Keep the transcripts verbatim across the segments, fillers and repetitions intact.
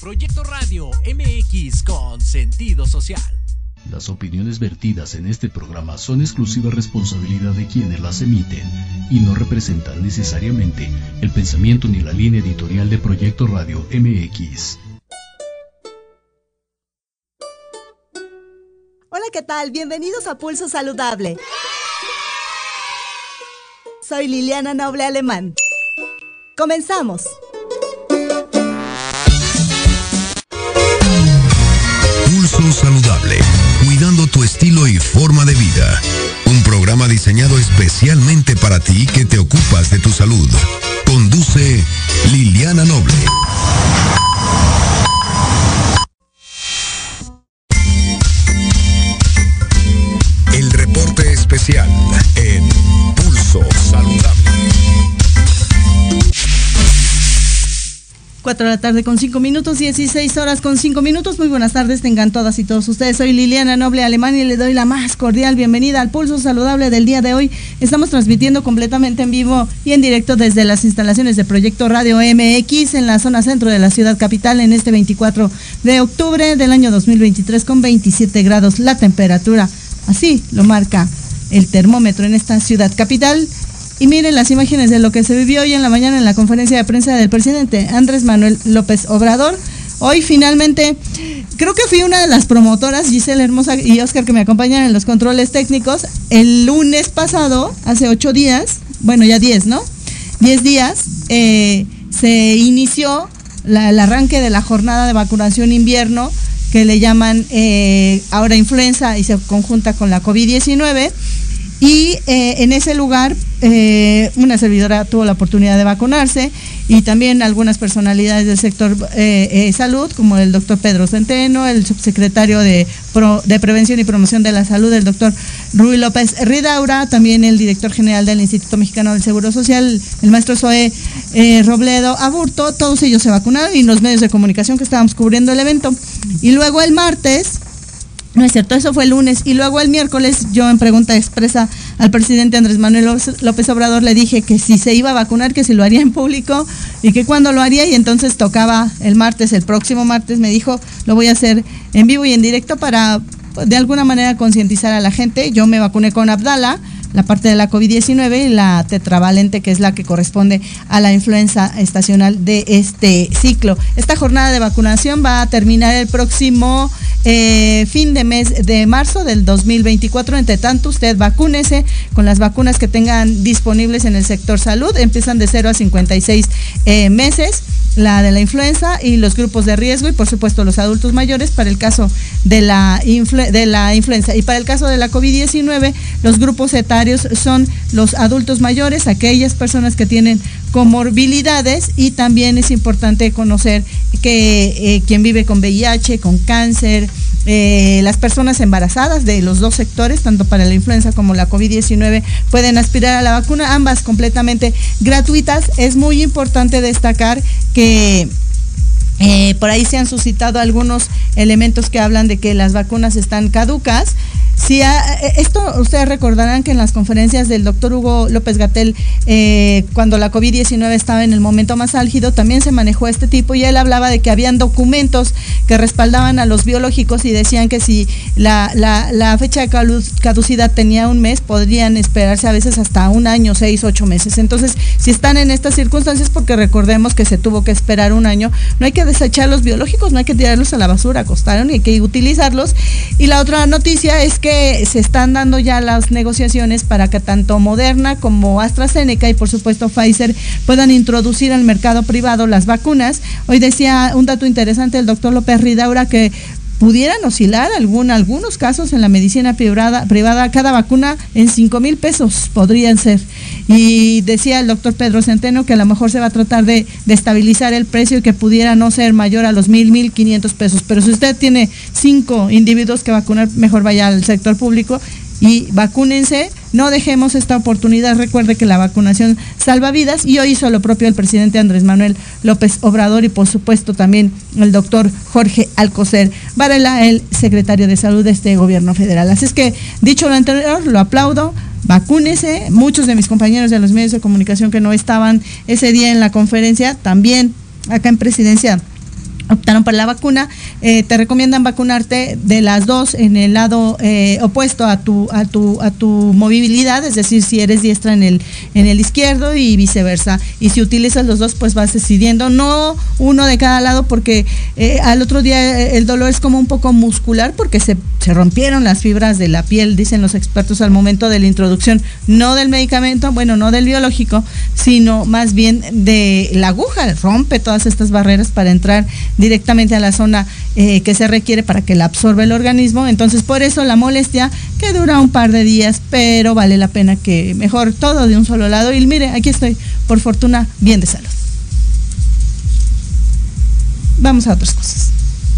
Proyecto Radio M X con sentido social. Las opiniones vertidas en este programa son exclusiva responsabilidad de quienes las emiten y no representan necesariamente el pensamiento ni la línea editorial de Proyecto Radio M X. Hola, ¿qué tal? Bienvenidos a Pulso Saludable. Soy Liliana Noble Alemán. Comenzamos. Pulso Saludable, cuidando tu estilo y forma de vida. Un programa diseñado especialmente para ti que te ocupas de tu salud. Conduce Liliana Noble. El reporte especial en Pulso Saludable. cuatro de la tarde con cinco minutos, dieciséis horas con cinco minutos. Muy buenas tardes, tengan todas y todos ustedes. Soy Liliana Noble Alemán y le doy la más cordial bienvenida al Pulso Saludable del día de hoy. Estamos transmitiendo completamente en vivo y en directo desde las instalaciones de Proyecto Radio M X en la zona centro de la ciudad capital en este veinticuatro de octubre del año dos mil veintitrés con veintisiete grados la temperatura. Así lo marca el termómetro en esta ciudad capital. Y miren las imágenes de lo que se vivió hoy en la mañana en la conferencia de prensa del presidente Andrés Manuel López Obrador. Hoy finalmente, creo que fui una de las promotoras, Giselle Hermosa y Oscar, que me acompañan en los controles técnicos. El lunes pasado, hace ocho días, bueno ya diez, ¿no? Diez días, eh, se inició la, el arranque de la jornada de vacunación invierno, que le llaman eh, ahora influenza y se conjunta con la COVID diecinueve. Y eh, en ese lugar eh, una servidora tuvo la oportunidad de vacunarse y también algunas personalidades del sector eh, eh, salud, como el doctor Pedro Centeno, el subsecretario de, Pro, de Prevención y Promoción de la Salud, el doctor Ruy López Ridaura, también el director general del Instituto Mexicano del Seguro Social, el maestro Zoe eh, Robledo Aburto. Todos ellos se vacunaron y los medios de comunicación que estábamos cubriendo el evento. Y luego el martes... No es cierto, eso fue el lunes. Y luego el miércoles, yo en pregunta expresa al presidente Andrés Manuel López Obrador le dije que si se iba a vacunar, que si lo haría en público y que cuándo lo haría. Y entonces tocaba el martes, el próximo martes, me dijo, lo voy a hacer en vivo y en directo para de alguna manera concientizar a la gente. Yo me vacuné con Abdala, la parte de la COVID diecinueve, y la tetravalente, que es la que corresponde a la influenza estacional de este ciclo. Esta jornada de vacunación va a terminar el próximo eh, fin de mes de marzo del dos mil veinticuatro. Entre tanto, usted vacúnese con las vacunas que tengan disponibles en el sector salud. Empiezan de cero a cincuenta y seis eh, meses, la de la influenza y los grupos de riesgo, y por supuesto los adultos mayores para el caso de la, influ- de la influenza. Y para el caso de la COVID diecinueve, los grupos etarios son los adultos mayores, aquellas personas que tienen comorbilidades, y también es importante conocer que eh, quien vive con V I H, con cáncer, eh, las personas embarazadas de los dos sectores, tanto para la influenza como la COVID diecinueve, pueden aspirar a la vacuna, ambas completamente gratuitas. Es muy importante destacar que Eh, por ahí se han suscitado algunos elementos que hablan de que las vacunas están caducas. Sí, esto ustedes recordarán que en las conferencias del doctor Hugo López-Gatell, eh, cuando la COVID diecinueve estaba en el momento más álgido, también se manejó este tipo, y él hablaba de que habían documentos que respaldaban a los biológicos y decían que si la, la, la fecha de caducidad tenía un mes, podrían esperarse a veces hasta un año, seis, ocho meses. Entonces, si están en estas circunstancias, porque recordemos que se tuvo que esperar un año, no hay que desechar los biológicos, no hay que tirarlos a la basura, costaron y hay que utilizarlos. Y la otra noticia es que se están dando ya las negociaciones para que tanto Moderna como AstraZeneca y por supuesto Pfizer puedan introducir al mercado privado las vacunas. Hoy decía un dato interesante el doctor López Ridaura que pudieran oscilar algún, algunos casos en la medicina privada, privada cada vacuna en cinco mil pesos podrían ser. Y decía el doctor Pedro Centeno que a lo mejor se va a tratar de, de estabilizar el precio y que pudiera no ser mayor a los mil, mil quinientos pesos. Pero si usted tiene cinco individuos que vacunar, mejor vaya al sector público y vacúnense. No dejemos esta oportunidad. Recuerde que la vacunación salva vidas, y hoy hizo lo propio el presidente Andrés Manuel López Obrador y por supuesto también el doctor Jorge Alcocer Varela, el secretario de Salud de este gobierno federal. Así es que, dicho lo anterior, lo aplaudo. Vacúnese. Muchos de mis compañeros de los medios de comunicación que no estaban ese día en la conferencia, también acá en Presidencia optaron por la vacuna, eh, te recomiendan vacunarte de las dos en el lado eh, opuesto a tu a tu a tu movilidad, es decir, si eres diestra en el en el izquierdo y viceversa. Y si utilizas los dos, pues vas decidiendo, no uno de cada lado, porque eh, al otro día el dolor es como un poco muscular porque se se rompieron las fibras de la piel, dicen los expertos al momento de la introducción, no del medicamento, bueno, no del biológico, sino más bien de la aguja, rompe todas estas barreras para entrar directamente a la zona eh, que se requiere para que la absorba el organismo. Entonces, por eso la molestia, que dura un par de días, pero vale la pena que mejor todo de un solo lado. Y mire, aquí estoy, por fortuna, bien de salud. Vamos a otras cosas.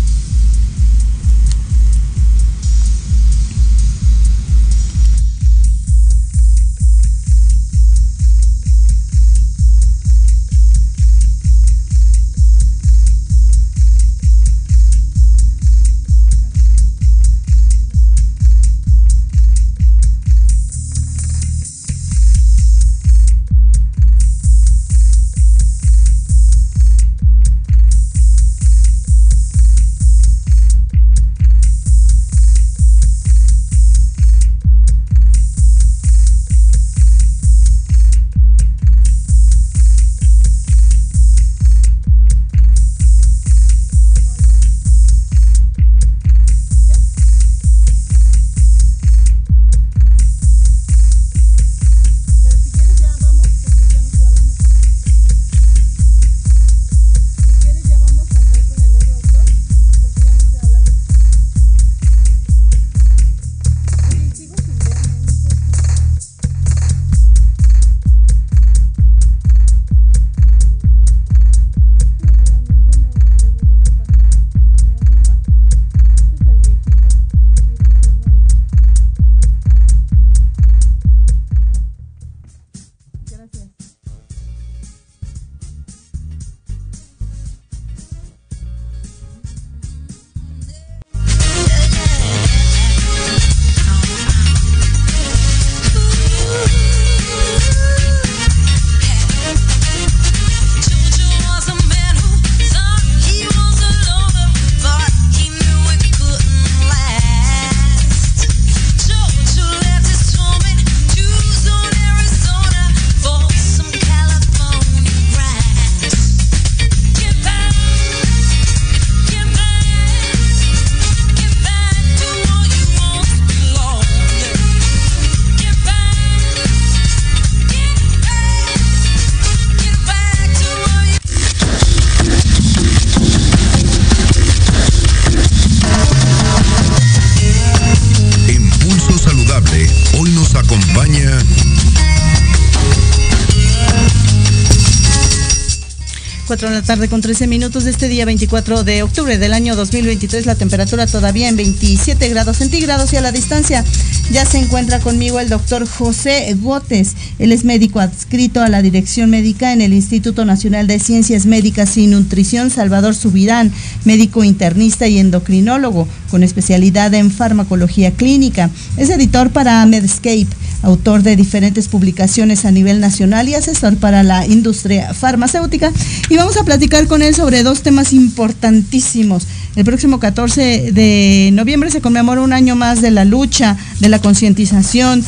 cuatro de la tarde con trece minutos de este día veinticuatro de octubre del año dos mil veintitrés, la temperatura todavía en veintisiete grados centígrados y a la distancia ya se encuentra conmigo el doctor José Gotes. Él es médico adscrito a la Dirección Médica en el Instituto Nacional de Ciencias Médicas y Nutrición Salvador Subirán, médico internista y endocrinólogo con especialidad en farmacología clínica. Es editor para Medscape, autor de diferentes publicaciones a nivel nacional y asesor para la industria farmacéutica. Y vamos a platicar con él sobre dos temas importantísimos. El próximo catorce de noviembre se conmemora un año más de la lucha, de la concientización,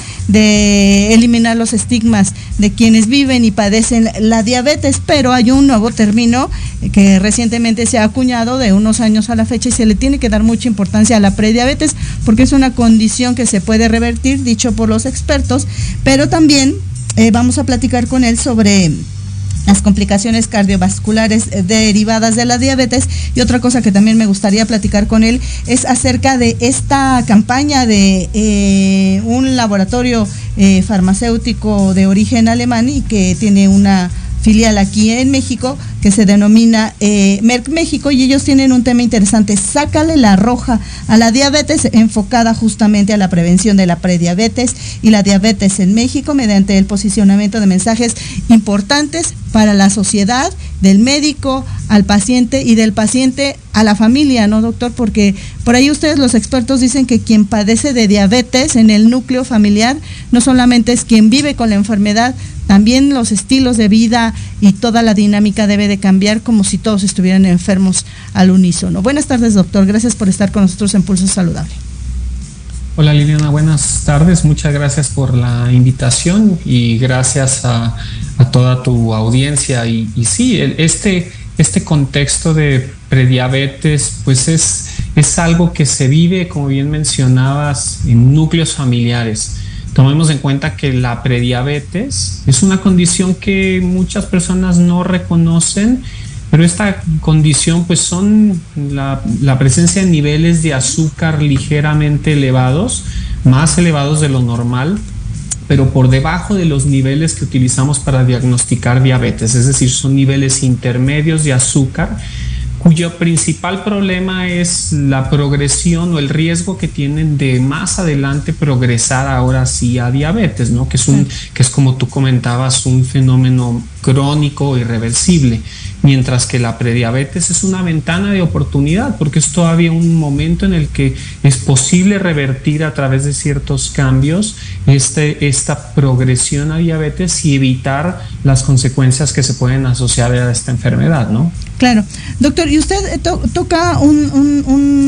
de eliminar los estigmas de quienes viven y padecen la diabetes, pero hay un nuevo término que recientemente se ha acuñado de unos años a la fecha y se le tiene que dar mucha importancia a la prediabetes porque es una condición que se puede revertir, dicho por los expertos, pero también eh, vamos a platicar con él sobre las complicaciones cardiovasculares derivadas de la diabetes. Y otra cosa que también me gustaría platicar con él es acerca de esta campaña de eh, un laboratorio eh, farmacéutico de origen alemán y que tiene una filial aquí en México que se denomina eh, Merck México, y ellos tienen un tema interesante: sácale la roja a la diabetes, enfocada justamente a la prevención de la prediabetes y la diabetes en México mediante el posicionamiento de mensajes importantes para la sociedad, del médico al paciente y del paciente a la familia, ¿no, doctor? Porque por ahí ustedes, los expertos, dicen que quien padece de diabetes en el núcleo familiar no solamente es quien vive con la enfermedad, también los estilos de vida y toda la dinámica debe de cambiar como si todos estuvieran enfermos al unísono. Buenas tardes, doctor. Gracias por estar con nosotros en Pulso Saludable. Hola Liliana, buenas tardes. Muchas gracias por la invitación y gracias a, a toda tu audiencia. Y, y sí, el, este, este contexto de prediabetes pues es, es algo que se vive, como bien mencionabas, en núcleos familiares. Tomemos en cuenta que la prediabetes es una condición que muchas personas no reconocen, pero esta condición pues son la, la presencia de niveles de azúcar ligeramente elevados, más elevados de lo normal, pero por debajo de los niveles que utilizamos para diagnosticar diabetes, es decir, son niveles intermedios de azúcar, cuyo principal problema es la progresión o el riesgo que tienen de más adelante progresar ahora sí a diabetes, ¿no? Que es un, que es como tú comentabas, un fenómeno crónico irreversible, mientras que la prediabetes es una ventana de oportunidad, porque es todavía un momento en el que es posible revertir a través de ciertos cambios este, esta progresión a diabetes y evitar las consecuencias que se pueden asociar a esta enfermedad, ¿no? Claro. Doctor, y usted to- toca un, un,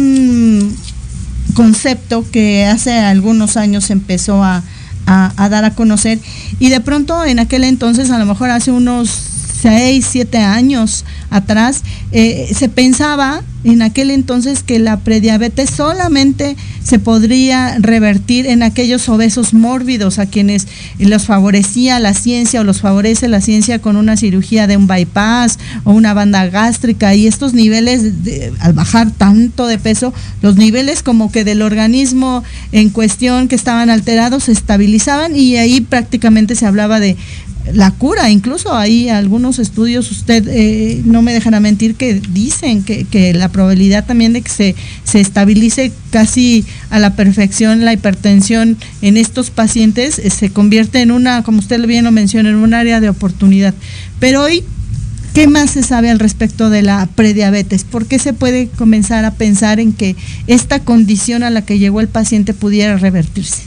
un concepto que hace algunos años empezó a, a, a dar a conocer, y de pronto en aquel entonces, a lo mejor hace unos seis, siete años atrás, eh, se pensaba en aquel entonces que la prediabetes solamente se podría revertir en aquellos obesos mórbidos a quienes los favorecía la ciencia o los favorece la ciencia con una cirugía de un bypass o una banda gástrica, y estos niveles de, al bajar tanto de peso, los niveles como que del organismo en cuestión que estaban alterados se estabilizaban, y ahí prácticamente se hablaba de la cura. Incluso hay algunos estudios, usted eh, no me dejará mentir, que dicen que, que la probabilidad también de que se, se estabilice casi a la perfección la hipertensión en estos pacientes eh, se convierte en una, como usted bien lo menciona, en un área de oportunidad. Pero hoy, ¿qué más se sabe al respecto de la prediabetes? ¿Por qué se puede comenzar a pensar en que esta condición a la que llegó el paciente pudiera revertirse?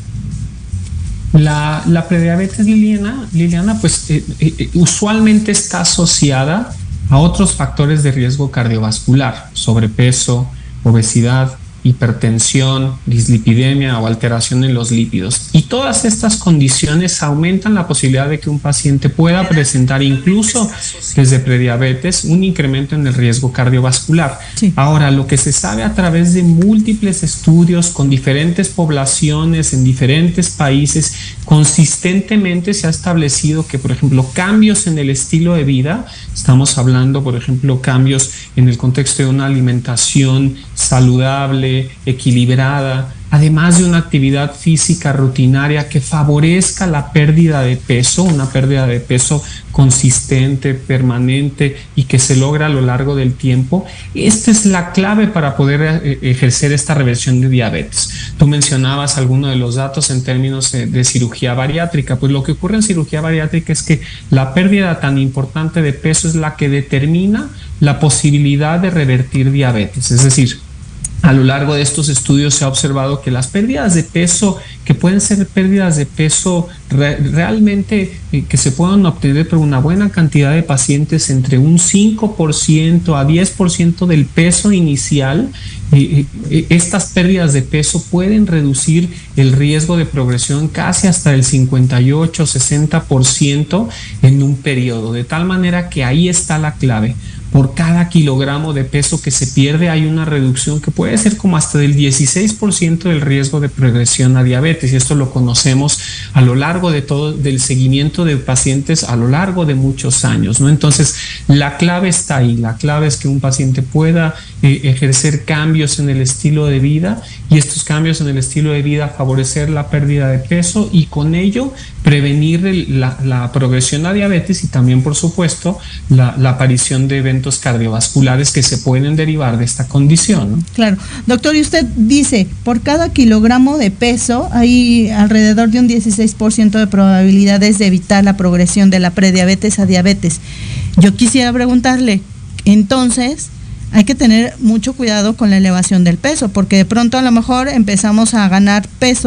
La, la prediabetes, Liliana, Liliana pues eh, eh, usualmente está asociada a otros factores de riesgo cardiovascular: sobrepeso, obesidad, hipertensión, dislipidemia o alteración en los lípidos. Y todas estas condiciones aumentan la posibilidad de que un paciente pueda presentar, incluso desde prediabetes, un incremento en el riesgo cardiovascular. Sí. Ahora, lo que se sabe a través de múltiples estudios con diferentes poblaciones en diferentes países, consistentemente se ha establecido que, por ejemplo, cambios en el estilo de vida, estamos hablando, por ejemplo, cambios en el contexto de una alimentación saludable, equilibrada, además de una actividad física rutinaria que favorezca la pérdida de peso, una pérdida de peso consistente, permanente y que se logra a lo largo del tiempo. Esta es la clave para poder ejercer esta reversión de diabetes. Tú mencionabas algunos de los datos en términos de, de cirugía bariátrica. Pues lo que ocurre en cirugía bariátrica es que la pérdida tan importante de peso es la que determina la posibilidad de revertir diabetes. Es decir, a lo largo de estos estudios se ha observado que las pérdidas de peso, que pueden ser pérdidas de peso re, realmente eh, que se puedan obtener por una buena cantidad de pacientes, entre un cinco por ciento a diez por ciento del peso inicial, eh, eh, estas pérdidas de peso pueden reducir el riesgo de progresión casi hasta el cincuenta y ocho, sesenta por ciento en un periodo, de tal manera que ahí está la clave. Por cada kilogramo de peso que se pierde hay una reducción que puede ser como hasta del dieciséis por ciento del riesgo de progresión a diabetes, y esto lo conocemos a lo largo de todo del seguimiento de pacientes a lo largo de muchos años, ¿no? Entonces la clave está ahí, la clave es que un paciente pueda eh, ejercer cambios en el estilo de vida, y estos cambios en el estilo de vida favorecer la pérdida de peso y con ello prevenir el, la, la progresión a diabetes, y también por supuesto la, la aparición de eventos cardiovasculares que se pueden derivar de esta condición, ¿no? Claro. Doctor, y usted dice, por cada kilogramo de peso hay alrededor de un dieciséis por ciento de probabilidades de evitar la progresión de la prediabetes a diabetes. Yo quisiera preguntarle, entonces, hay que tener mucho cuidado con la elevación del peso, porque de pronto a lo mejor empezamos a ganar peso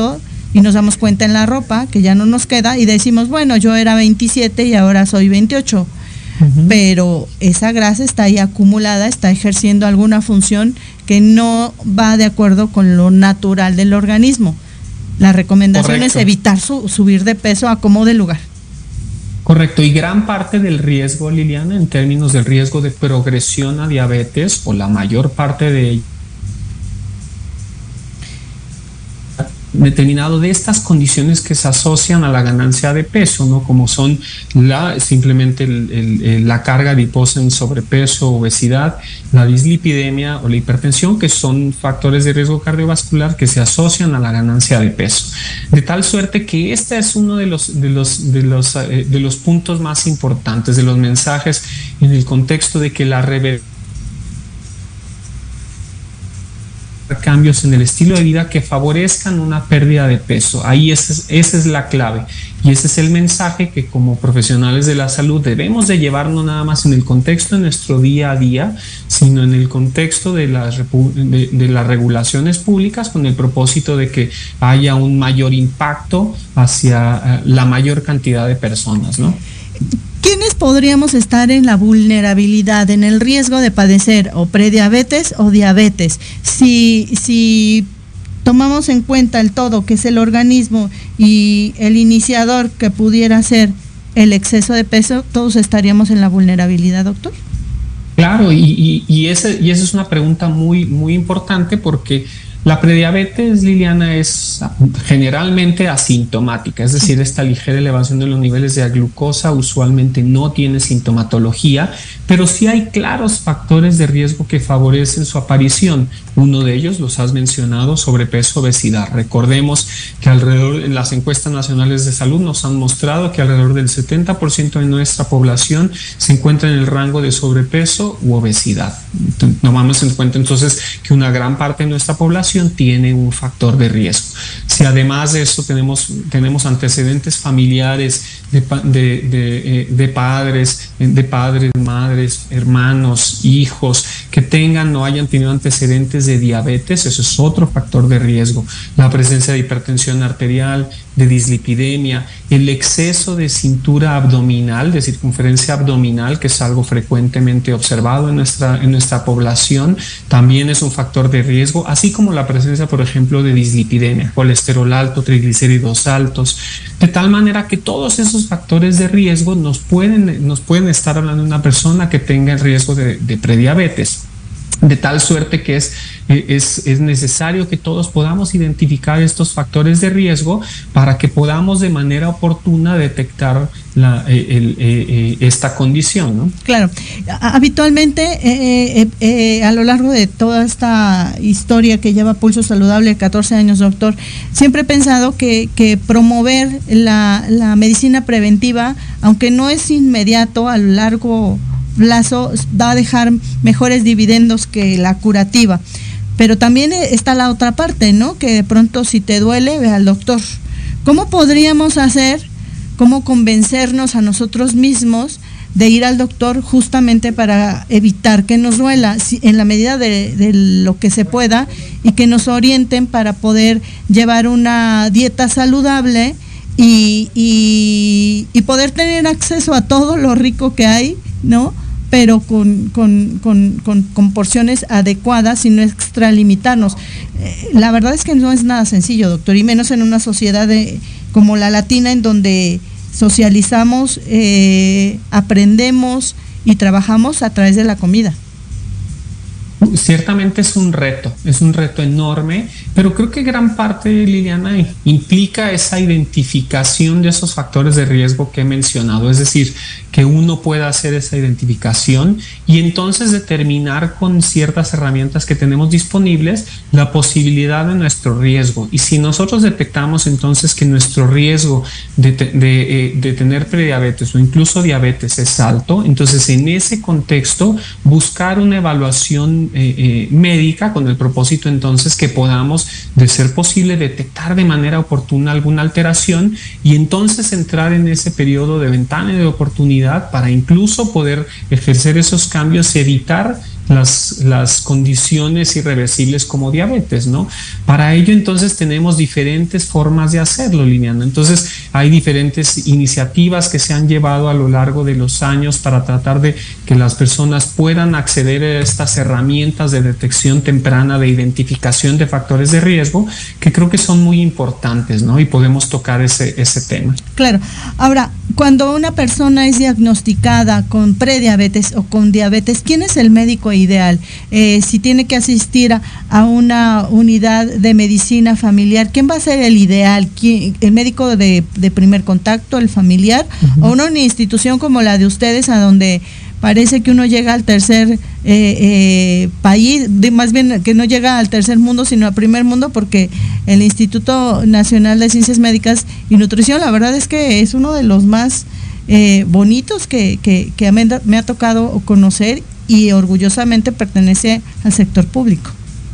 y nos damos cuenta en la ropa que ya no nos queda y decimos, bueno, yo era veintisiete y ahora soy veintiocho. Uh-huh. Pero esa grasa está ahí acumulada, está ejerciendo alguna función que no va de acuerdo con lo natural del organismo. La recomendación Correcto. Es evitar su, subir de peso a como de lugar. Correcto, y gran parte del riesgo, Liliana, en términos del riesgo de progresión a diabetes, o la mayor parte de ello, determinado de estas condiciones que se asocian a la ganancia de peso, ¿no? Como son la, simplemente el, el, el, la carga adiposa en sobrepeso, obesidad, la dislipidemia o la hipertensión, que son factores de riesgo cardiovascular que se asocian a la ganancia de peso. De tal suerte que este es uno de los, de los, de los, eh, de los puntos más importantes, de los mensajes en el contexto de que la reversión cambios en el estilo de vida que favorezcan una pérdida de peso. Ahí esa es, esa es la clave y ese es el mensaje que como profesionales de la salud debemos de llevar no nada más en el contexto de nuestro día a día, sino en el contexto de las, de, de las regulaciones públicas con el propósito de que haya un mayor impacto hacia la mayor cantidad de personas, ¿no? ¿Quiénes podríamos estar en la vulnerabilidad, en el riesgo de padecer o prediabetes o diabetes? Si, si tomamos en cuenta el todo, que es el organismo, y el iniciador que pudiera ser el exceso de peso, todos estaríamos en la vulnerabilidad, doctor. Claro, y, y, y, ese, y esa es una pregunta muy, muy importante porque la prediabetes, Liliana, es generalmente asintomática, es decir, esta ligera elevación de los niveles de glucosa usualmente no tiene sintomatología, pero sí hay claros factores de riesgo que favorecen su aparición. Uno de ellos los has mencionado, sobrepeso, obesidad. Recordemos que alrededor en las encuestas nacionales de salud nos han mostrado que alrededor del setenta por ciento de nuestra población se encuentra en el rango de sobrepeso u obesidad. Tomamos en cuenta entonces que una gran parte de nuestra población tiene un factor de riesgo. Si además de eso tenemos, tenemos antecedentes familiares de, de, de, de padres, de padres, madres, hermanos, hijos, que tengan o hayan tenido antecedentes de diabetes, eso es otro factor de riesgo. La presencia de hipertensión arterial, de dislipidemia, el exceso de cintura abdominal, de circunferencia abdominal, que es algo frecuentemente observado en nuestra, en nuestra población, también es un factor de riesgo, así como la presencia, por ejemplo, de dislipidemia, colesterol alto, triglicéridos altos, de tal manera que todos esos factores de riesgo nos pueden, nos pueden estar hablando de una persona que tenga el riesgo de, de prediabetes. De tal suerte que es, es, es necesario que todos podamos identificar estos factores de riesgo para que podamos de manera oportuna detectar la, el, el, el, esta condición, ¿no? Claro, habitualmente eh, eh, eh, a lo largo de toda esta historia que lleva Pulso Saludable, catorce años, doctor, siempre he pensado que, que promover la, la medicina preventiva, aunque no es inmediato, a lo largo plazo va a dejar mejores dividendos que la curativa, pero también está la otra parte, ¿no? Que de pronto si te duele, ve al doctor. ¿Cómo podríamos hacer, cómo convencernos a nosotros mismos de ir al doctor justamente para evitar que nos duela, si, en la medida de, de lo que se pueda, y que nos orienten para poder llevar una dieta saludable y, y, y poder tener acceso a todo lo rico que hay, ¿no? Pero con, con, con, con, con porciones adecuadas y no extralimitarnos. Eh, la verdad es que no es nada sencillo, doctor, y menos en una sociedad de, como la latina, en donde socializamos, eh, aprendemos y trabajamos a través de la comida. Ciertamente es un reto, es un reto enorme, pero creo que gran parte, Liliana, implica esa identificación de esos factores de riesgo que he mencionado, es decir, que uno pueda hacer esa identificación y entonces determinar con ciertas herramientas que tenemos disponibles la posibilidad de nuestro riesgo. Y si nosotros detectamos entonces que nuestro riesgo de, de, de, de tener prediabetes o incluso diabetes es alto, entonces en ese contexto buscar una evaluación Eh, eh, médica con el propósito entonces que podamos, de ser posible, detectar de manera oportuna alguna alteración y entonces entrar en ese periodo de ventana de oportunidad para incluso poder ejercer esos cambios y evitar las, las condiciones irreversibles como diabetes, ¿no? Para ello, entonces, tenemos diferentes formas de hacerlo, Liliana. Entonces, hay diferentes iniciativas que se han llevado a lo largo de los años para tratar de que las personas puedan acceder a estas herramientas de detección temprana, de identificación de factores de riesgo, que creo que son muy importantes, ¿no? Y podemos tocar ese, ese tema. Claro. Ahora, cuando una persona es diagnosticada con prediabetes o con diabetes, ¿quién es el médico ideal? Eh, si tiene que asistir a, a una unidad de medicina familiar, ¿quién va a ser el ideal? ¿Quién, el médico de, de primer contacto, el familiar, uh-huh. o una institución como la de ustedes, a donde parece que uno llega al tercer eh, eh, país, de, más bien que no llega al tercer mundo, sino al primer mundo, porque el Instituto Nacional de Ciencias Médicas y Nutrición, la verdad es que es uno de los más eh, bonitos que, que, que me, me ha tocado conocer, y orgullosamente pertenece al sector público.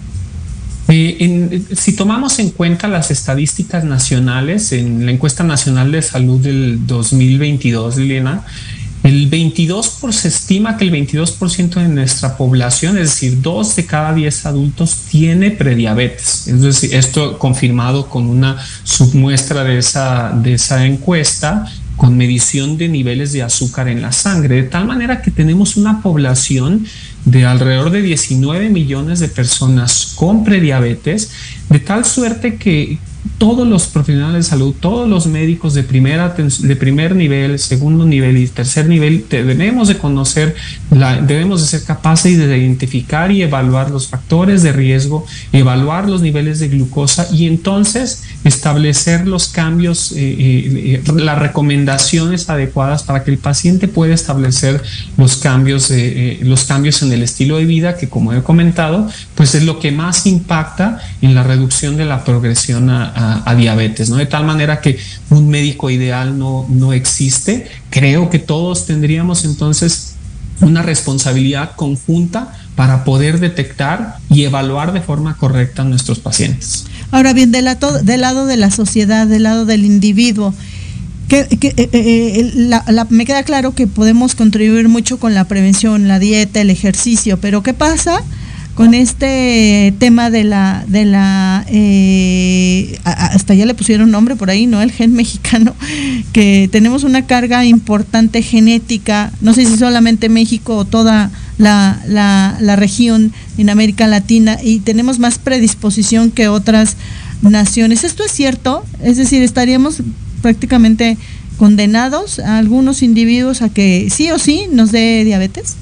Eh, en, si tomamos en cuenta las estadísticas nacionales, en la encuesta nacional de salud del dos mil veintidós, Liliana, el veintidós por ciento, se estima que el veintidós por ciento de nuestra población, es decir, dos de cada diez adultos, tiene prediabetes. Es decir, esto confirmado con una submuestra de esa, de esa encuesta, con medición de niveles de azúcar en la sangre, de tal manera que tenemos una población de alrededor de diecinueve millones de personas con prediabetes, de tal suerte que todos los profesionales de salud, todos los médicos de, primera, de primer nivel, segundo nivel y tercer nivel, debemos de conocer, la, debemos de ser capaces de identificar y evaluar los factores de riesgo, evaluar los niveles de glucosa y entonces establecer los cambios, eh, eh, las recomendaciones adecuadas para que el paciente pueda establecer los cambios, eh, eh, los cambios en el estilo de vida, que, como he comentado, pues es lo que más impacta en la reducción de la progresión a A, a diabetes, ¿no? De tal manera que un médico ideal no, no existe. Creo que todos tendríamos entonces una responsabilidad conjunta para poder detectar y evaluar de forma correcta a nuestros pacientes. Ahora bien, del lado, del lado de la sociedad, del lado del individuo, que, que eh, eh, la, la, me queda claro que podemos contribuir mucho con la prevención, la dieta, el ejercicio, pero ¿qué pasa con este tema de la, de la eh, hasta ya le pusieron nombre por ahí, ¿no? El gen mexicano, que tenemos una carga importante genética, no sé si solamente México o toda la, la, la región en América Latina, y tenemos más predisposición que otras naciones. ¿Esto es cierto? Es decir, estaríamos prácticamente condenados a algunos individuos a que sí o sí nos dé diabetes.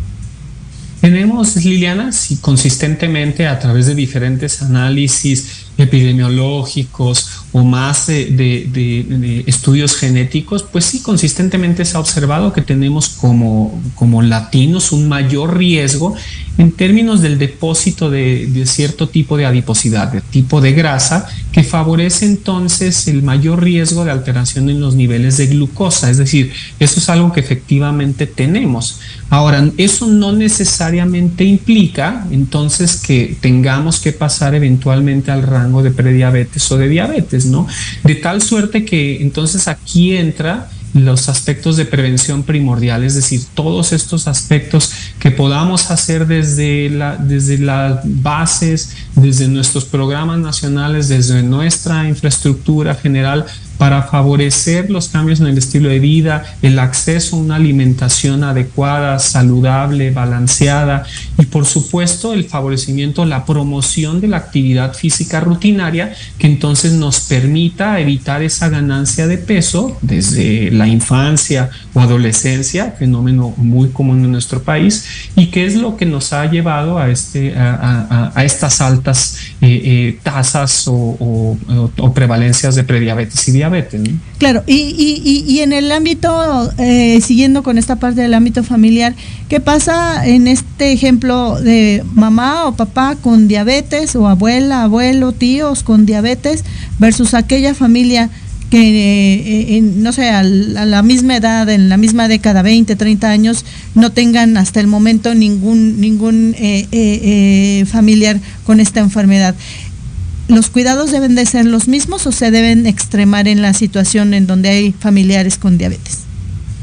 Tenemos, Liliana, si consistentemente a través de diferentes análisis epidemiológicos o más de, de, de, de estudios genéticos, pues sí, consistentemente se ha observado que tenemos como, como latinos un mayor riesgo en términos del depósito de, de cierto tipo de adiposidad, de tipo de grasa, que favorece entonces el mayor riesgo de alteración en los niveles de glucosa. Es decir, eso es algo que efectivamente tenemos. Ahora, eso no necesariamente implica entonces que tengamos que pasar eventualmente al rango de prediabetes o de diabetes, ¿no? De tal suerte que entonces aquí entra los aspectos de prevención primordial, es decir, todos estos aspectos que podamos hacer desde, la, desde las bases, desde nuestros programas nacionales, desde nuestra infraestructura general, para favorecer los cambios en el estilo de vida, el acceso a una alimentación adecuada, saludable, balanceada y, por supuesto, el favorecimiento, la promoción de la actividad física rutinaria, que entonces nos permita evitar esa ganancia de peso desde la infancia o adolescencia, fenómeno muy común en nuestro país, y que es lo que nos ha llevado a, este, a, a, a estas altas eh, eh, tasas o, o, o prevalencias de prediabetes y diabetes. ¿No? Claro, y, y, y en el ámbito, eh, siguiendo con esta parte del ámbito familiar, ¿qué pasa en este ejemplo de mamá o papá con diabetes, o abuela, abuelo, tíos con diabetes, versus aquella familia que, eh, en, no sé, a la misma edad, en la misma década, veinte, treinta años, no tengan hasta el momento ningún, ningún eh, eh, eh, familiar con esta enfermedad? ¿Los cuidados deben de ser los mismos o se deben extremar en la situación en donde hay familiares con diabetes?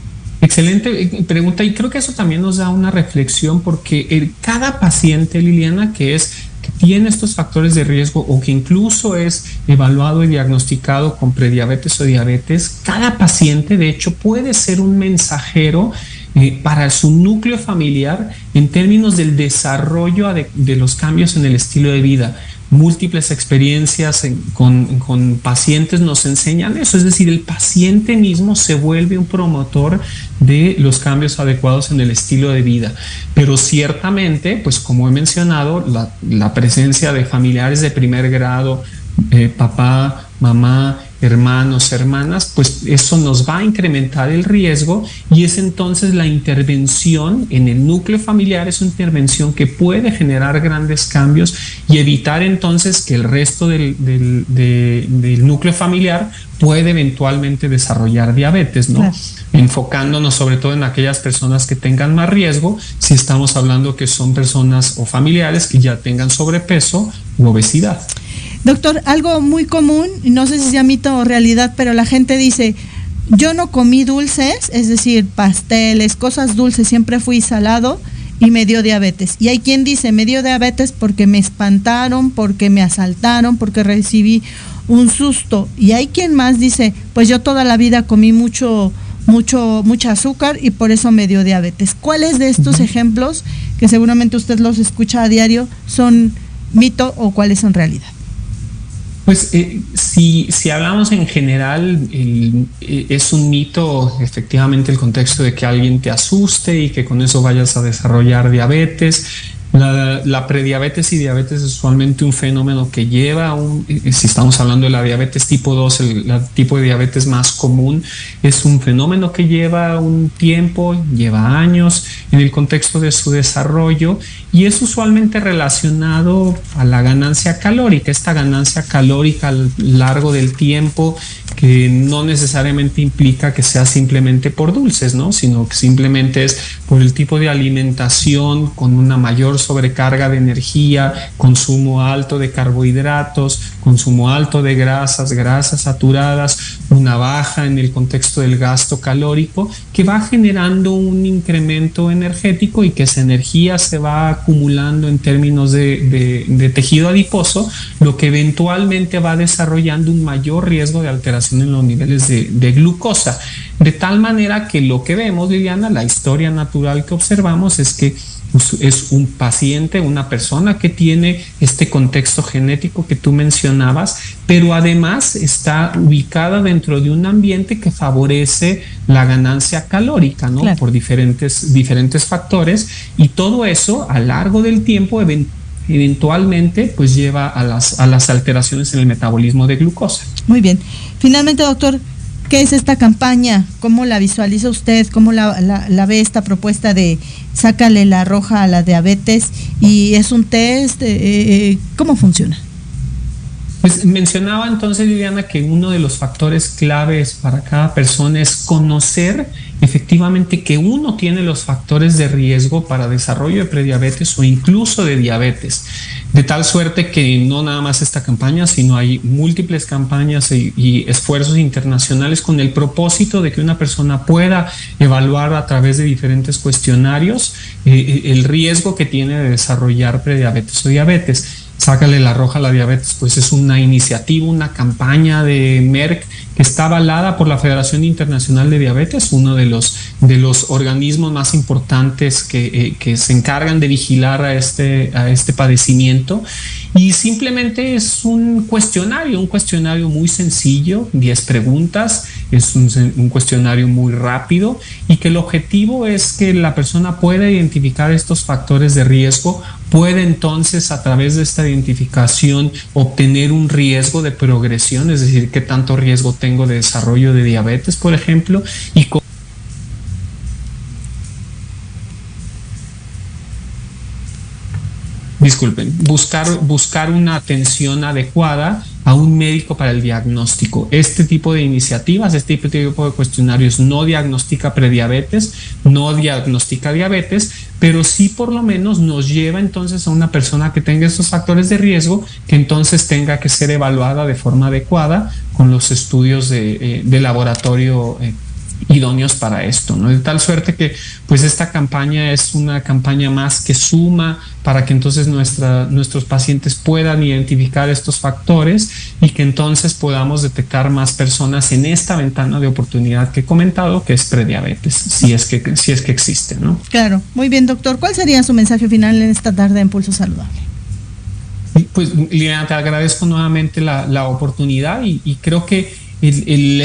Excelente pregunta, y creo que eso también nos da una reflexión, porque el, cada paciente, Liliana, que es que tiene estos factores de riesgo o que incluso es evaluado y diagnosticado con prediabetes o diabetes, cada paciente de hecho puede ser un mensajero eh, para su núcleo familiar en términos del desarrollo de, de los cambios en el estilo de vida. Múltiples experiencias en, con, con pacientes nos enseñan eso, es decir, el paciente mismo se vuelve un promotor de los cambios adecuados en el estilo de vida. Pero ciertamente, pues como he mencionado, la, la presencia de familiares de primer grado, eh, papá, mamá, hermanos, hermanas, pues eso nos va a incrementar el riesgo, y es entonces la intervención en el núcleo familiar, es una intervención que puede generar grandes cambios y evitar entonces que el resto del, del, de, del núcleo familiar puede eventualmente desarrollar diabetes, ¿no? Claro. Enfocándonos sobre todo en aquellas personas que tengan más riesgo, si estamos hablando que son personas o familiares que ya tengan sobrepeso u obesidad. Doctor, algo muy común, no sé si sea mito o realidad, pero la gente dice, yo no comí dulces, es decir, pasteles, cosas dulces, siempre fui salado y me dio diabetes. Y hay quien dice, me dio diabetes porque me espantaron, porque me asaltaron, porque recibí un susto. Y hay quien más dice, pues yo toda la vida comí mucho, mucho, mucha azúcar y por eso me dio diabetes. ¿Cuáles de estos uh-huh. ejemplos, que seguramente usted los escucha a diario, son mito o cuáles son realidad? Pues eh, si, si hablamos en general, el, eh, es un mito efectivamente el contexto de que alguien te asuste y que con eso vayas a desarrollar diabetes. La, la prediabetes y diabetes es usualmente un fenómeno que lleva, un, si estamos hablando de la diabetes tipo dos, el, el tipo de diabetes más común, es un fenómeno que lleva un tiempo, lleva años en el contexto de su desarrollo, y es usualmente relacionado a la ganancia calórica, esta ganancia calórica a lo largo del tiempo, que no necesariamente implica que sea simplemente por dulces, ¿no? Sino que simplemente es por el tipo de alimentación con una mayor sobrecarga de energía, consumo alto de carbohidratos, consumo alto de grasas, grasas saturadas, una baja en el contexto del gasto calórico, que va generando un incremento energético y que esa energía se va acumulando en términos de, de, de tejido adiposo, lo que eventualmente va desarrollando un mayor riesgo de alteración en los niveles de, de glucosa. De tal manera que lo que vemos, Liliana, la historia natural que observamos es que es un paciente, una persona que tiene este contexto genético que tú mencionabas, pero además está ubicada dentro de un ambiente que favorece la ganancia calórica, ¿no? Claro. Por diferentes, diferentes factores, y todo eso a lo largo del tiempo eventualmente pues lleva a las, a las alteraciones en el metabolismo de glucosa. Muy bien. Finalmente, doctor, ¿qué es esta campaña? ¿Cómo la visualiza usted? ¿Cómo la, la, la ve esta propuesta de sácale la roja a la diabetes? ¿Y es un test? Eh, ¿Cómo funciona? Pues mencionaba entonces, Liliana, que uno de los factores claves para cada persona es conocer efectivamente que uno tiene los factores de riesgo para desarrollo de prediabetes o incluso de diabetes, de tal suerte que no nada más esta campaña, sino hay múltiples campañas y, y esfuerzos internacionales con el propósito de que una persona pueda evaluar a través de diferentes cuestionarios eh, el riesgo que tiene de desarrollar prediabetes o diabetes. Sácale la roja a la diabetes, pues es una iniciativa, una campaña de Merck que está avalada por la Federación Internacional de Diabetes, uno de los, de los organismos más importantes que, eh, que se encargan de vigilar a este, a este padecimiento. Y simplemente es un cuestionario, un cuestionario muy sencillo, diez preguntas, es un, un cuestionario muy rápido, y que el objetivo es que la persona pueda identificar estos factores de riesgo, puede entonces a través de esta identificación obtener un riesgo de progresión, es decir, qué tanto riesgo tengo de desarrollo de diabetes, por ejemplo, y con Disculpen, buscar, buscar una atención adecuada a un médico para el diagnóstico. Este tipo de iniciativas, este tipo de cuestionarios no diagnostica prediabetes, no diagnostica diabetes, pero sí por lo menos nos lleva entonces a una persona que tenga estos factores de riesgo, que entonces tenga que ser evaluada de forma adecuada con los estudios de, eh, de laboratorio eh, idóneos para esto, ¿no? De tal suerte que pues esta campaña es una campaña más que suma para que entonces nuestra, nuestros pacientes puedan identificar estos factores y que entonces podamos detectar más personas en esta ventana de oportunidad que he comentado, que es prediabetes, si es que, si es que existe, ¿no? Claro, muy bien, doctor. ¿Cuál sería su mensaje final en esta tarde en Pulso Saludable? Pues, Liliana, te agradezco nuevamente la, la oportunidad y, y creo que el,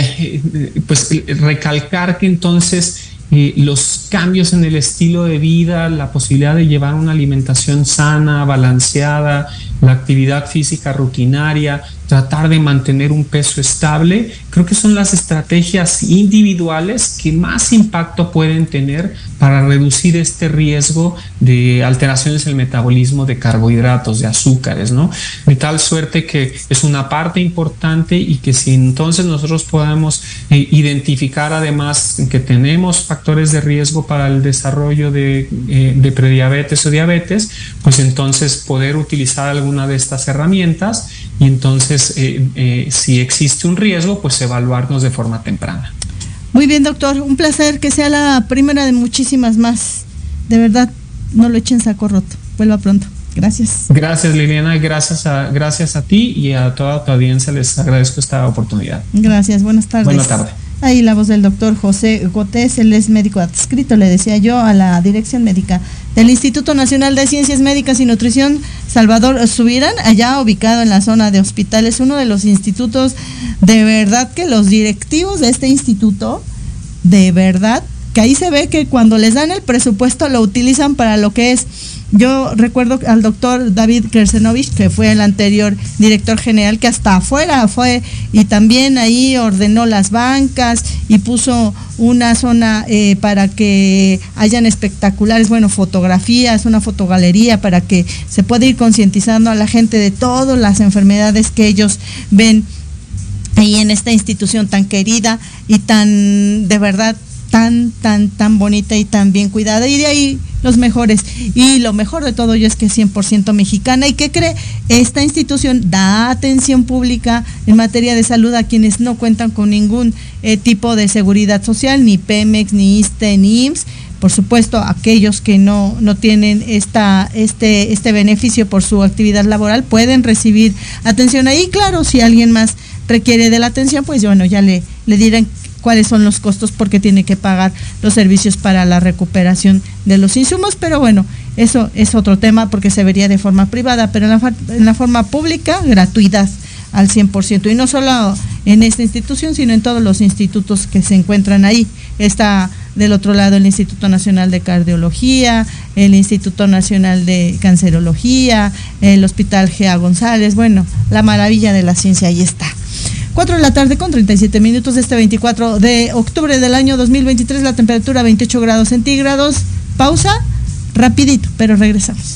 el, pues, el recalcar que entonces eh, los cambios en el estilo de vida, la posibilidad de llevar una alimentación sana, balanceada, la actividad física rutinaria, tratar de mantener un peso estable, creo que son las estrategias individuales que más impacto pueden tener para reducir este riesgo de alteraciones en el metabolismo de carbohidratos, de azúcares, ¿no? De tal suerte que es una parte importante y que si entonces nosotros podemos eh, identificar además que tenemos factores de riesgo para el desarrollo de, eh, de prediabetes o diabetes, pues entonces poder utilizar alguna de estas herramientas y entonces eh, eh, si existe un riesgo, pues evaluarnos de forma temprana. Muy bien, doctor, un placer, que sea la primera de muchísimas más. De verdad, no lo echen saco roto. Vuelva pronto. Gracias. Gracias, Liliana, gracias a, gracias a ti y a toda tu audiencia, les agradezco esta oportunidad. Gracias, buenas tardes. Buenas tardes. Ahí la voz del doctor José Gotés, él es médico adscrito, le decía yo, a la dirección médica del Instituto Nacional de Ciencias Médicas y Nutrición Salvador Subirán, allá ubicado en la zona de hospitales, uno de los institutos, de verdad que los directivos de este instituto, de verdad, que ahí se ve que cuando les dan el presupuesto lo utilizan para lo que es. Yo recuerdo al doctor David Kersenovich, que fue el anterior director general, que hasta afuera fue y también ahí ordenó las bancas y puso una zona eh, para que hayan espectaculares, bueno, fotografías, una fotogalería para que se pueda ir concientizando a la gente de todas las enfermedades que ellos ven ahí en esta institución tan querida y tan, de verdad, tan, tan, tan bonita y tan bien cuidada, y de ahí los mejores, y lo mejor de todo yo es que es cien por ciento mexicana. ¿Y qué cree? Esta institución da atención pública en materia de salud a quienes no cuentan con ningún eh, tipo de seguridad social, ni Pemex, ni ISSSTE, ni I M S S. Por supuesto, aquellos que no, no tienen esta, este, este beneficio por su actividad laboral pueden recibir atención ahí. Claro, si alguien más requiere de la atención, pues bueno, ya le, le dirán cuáles son los costos porque tiene que pagar los servicios para la recuperación de los insumos, pero bueno, eso es otro tema porque se vería de forma privada, pero en la, en la forma pública, gratuidad al cien por ciento, y no solo en esta institución, sino en todos los institutos que se encuentran ahí. Está del otro lado el Instituto Nacional de Cardiología, el Instituto Nacional de Cancerología, el Hospital G A González, bueno, la maravilla de la ciencia, ahí está. cuatro de la tarde con treinta y siete minutos de este veinticuatro de octubre del año dos mil veintitrés, la temperatura veintiocho grados centígrados. Pausa, rapidito, pero regresamos.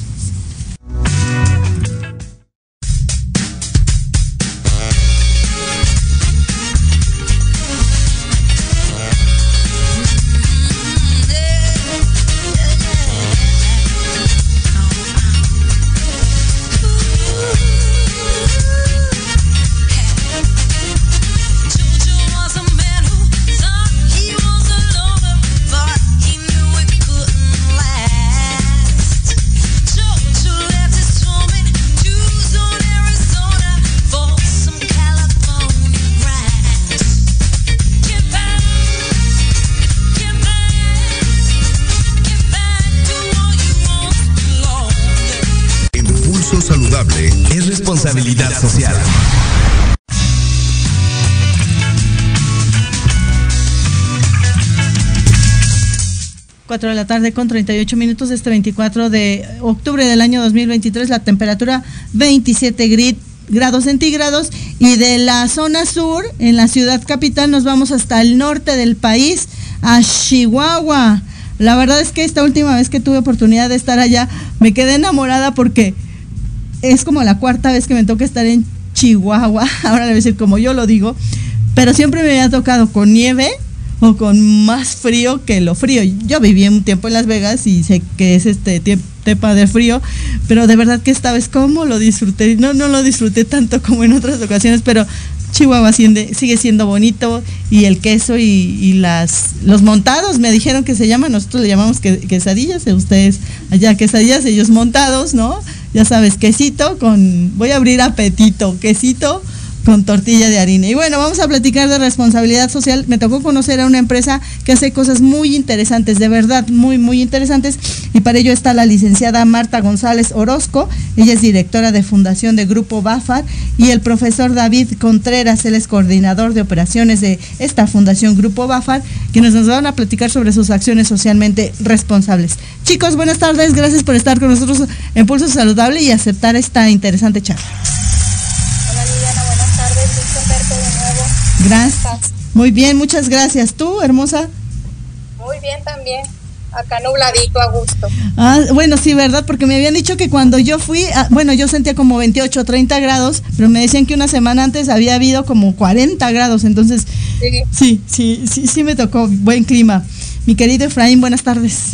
Saludable es responsabilidad social. cuatro de la tarde con treinta y ocho minutos de este veinticuatro de octubre del año dos mil veintitrés, la temperatura veintisiete grados centígrados, y de la zona sur, en la ciudad capital, nos vamos hasta el norte del país, a Chihuahua. La verdad es que esta última vez que tuve oportunidad de estar allá, me quedé enamorada porque es como la cuarta vez que me toca estar en Chihuahua, ahora le voy a decir como yo lo digo, pero siempre me había tocado con nieve o con más frío que lo frío. Yo viví un tiempo en Las Vegas y sé que es este tepa de frío, pero de verdad que esta vez cómo lo disfruté. No, no lo disfruté tanto como en otras ocasiones, pero Chihuahua sigue, sigue siendo bonito, y el queso y, y las los montados, me dijeron que se llaman, nosotros le llamamos que, quesadillas, ustedes allá quesadillas, ellos montados, ¿no? Ya sabes, quesito con, voy a abrir apetito, quesito con tortilla de harina. Y bueno, vamos a platicar de responsabilidad social. Me tocó conocer a una empresa que hace cosas muy interesantes, de verdad, muy, muy interesantes, y para ello está la licenciada Marta González Orozco. Ella es directora de Fundación de Grupo Bafar, y el profesor David Contreras, él es coordinador de operaciones de esta Fundación Grupo Bafar, quienes nos van a platicar sobre sus acciones socialmente responsables. Chicos, buenas tardes, gracias por estar con nosotros en Pulso Saludable y aceptar esta interesante charla. Gracias. Muy bien, muchas gracias. ¿Tú, hermosa? Muy bien también. Acá nubladito, a gusto. Ah, bueno, sí, ¿verdad? Porque me habían dicho que cuando yo fui, ah, bueno, yo sentía como veintiocho, treinta grados, pero me decían que una semana antes había habido como cuarenta grados, entonces sí, sí, sí, sí, sí me tocó buen clima. Mi querido Efraín, buenas tardes.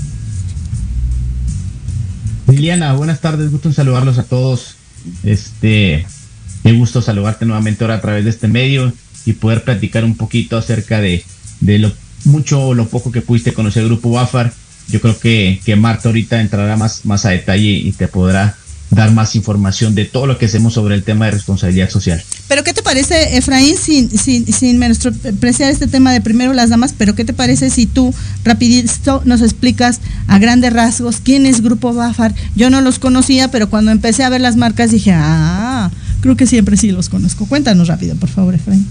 Liliana, buenas tardes, gusto en saludarlos a todos. Este, qué gusto saludarte nuevamente ahora a través de este medio y poder platicar un poquito acerca de, de lo mucho o lo poco que pudiste conocer el Grupo Bafar. Yo creo que, que Marta ahorita entrará más, más a detalle y te podrá dar más información de todo lo que hacemos sobre el tema de responsabilidad social. Pero ¿qué te parece, Efraín, sin, sin, sin menospreciar este tema de primero las damas, pero qué te parece si tú rapidito nos explicas a grandes rasgos quién es Grupo Bafar? Yo no los conocía, pero cuando empecé a ver las marcas dije, ah, creo que siempre sí los conozco. Cuéntanos rápido, por favor, Efraín.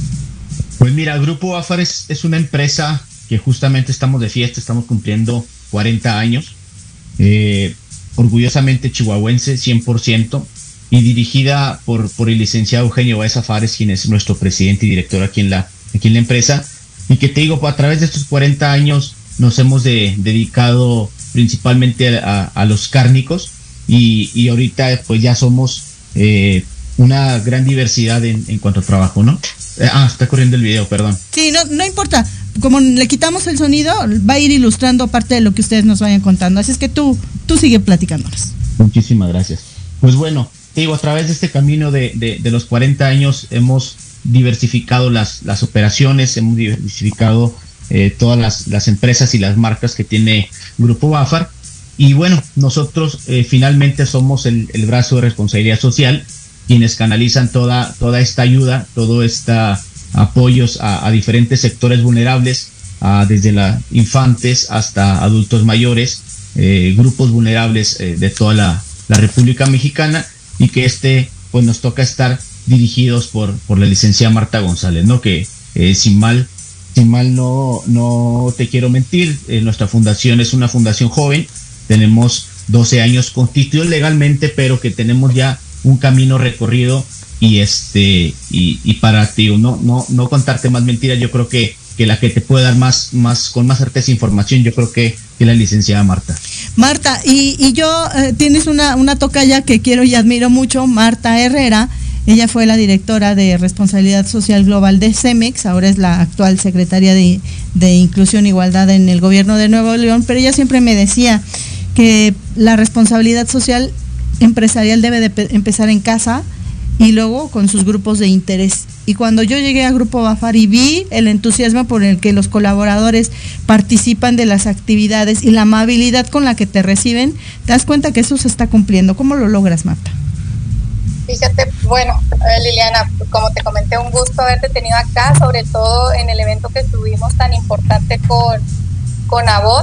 Pues mira, Grupo Bafar es, es una empresa que justamente estamos de fiesta, estamos cumpliendo cuarenta años, eh, orgullosamente chihuahuense, cien por ciento, y dirigida por, por el licenciado Eugenio Baeza Fares, quien es nuestro presidente y director aquí en la, aquí en la empresa, y que te digo, a través de estos cuarenta años nos hemos de, dedicado principalmente a, a los cárnicos, y, y ahorita pues ya somos eh, una gran diversidad en, en cuanto a trabajo, ¿no? Ah, está corriendo el video, perdón. Sí, no, no importa. Como le quitamos el sonido, va a ir ilustrando parte de lo que ustedes nos vayan contando. Así es que tú, tú sigue platicándonos. Muchísimas gracias. Pues bueno, te digo, a través de este camino de, de, de los cuarenta años hemos diversificado las, las operaciones, hemos diversificado eh, todas las, las empresas y las marcas que tiene Grupo Bafar. Y bueno, nosotros eh, finalmente somos el, el brazo de responsabilidad social, quienes canalizan toda, toda esta ayuda, todo esta apoyos a, a diferentes sectores vulnerables, a, desde la infantes hasta adultos mayores, eh, grupos vulnerables eh, de toda la, la República Mexicana, y que este pues nos toca estar dirigidos por, por la licenciada Marta González, ¿no? Que eh, sin mal, sin mal no, no te quiero mentir, eh, nuestra fundación es una fundación joven, tenemos doce años constituidos legalmente, pero que tenemos ya un camino recorrido, y este y, y para ti no no no contarte más mentiras, yo creo que que la que te puede dar más más con más certeza información, yo creo que que la licenciada Marta. Marta, y, y yo eh, tienes una una tocaya que quiero y admiro mucho, Marta Herrera. Ella fue la directora de Responsabilidad Social Global de Cemex, ahora es la actual secretaria de, de Inclusión e Igualdad en el gobierno de Nuevo León, pero ella siempre me decía que la responsabilidad social empresarial debe de empezar en casa y luego con sus grupos de interés. Y cuando yo llegué a Grupo Bafar y vi el entusiasmo por el que los colaboradores participan de las actividades y la amabilidad con la que te reciben, te das cuenta que eso se está cumpliendo. ¿Cómo lo logras, Marta? Fíjate, bueno, eh, Liliana, como te comenté, un gusto haberte tenido acá, sobre todo en el evento que tuvimos tan importante con, con ABOT,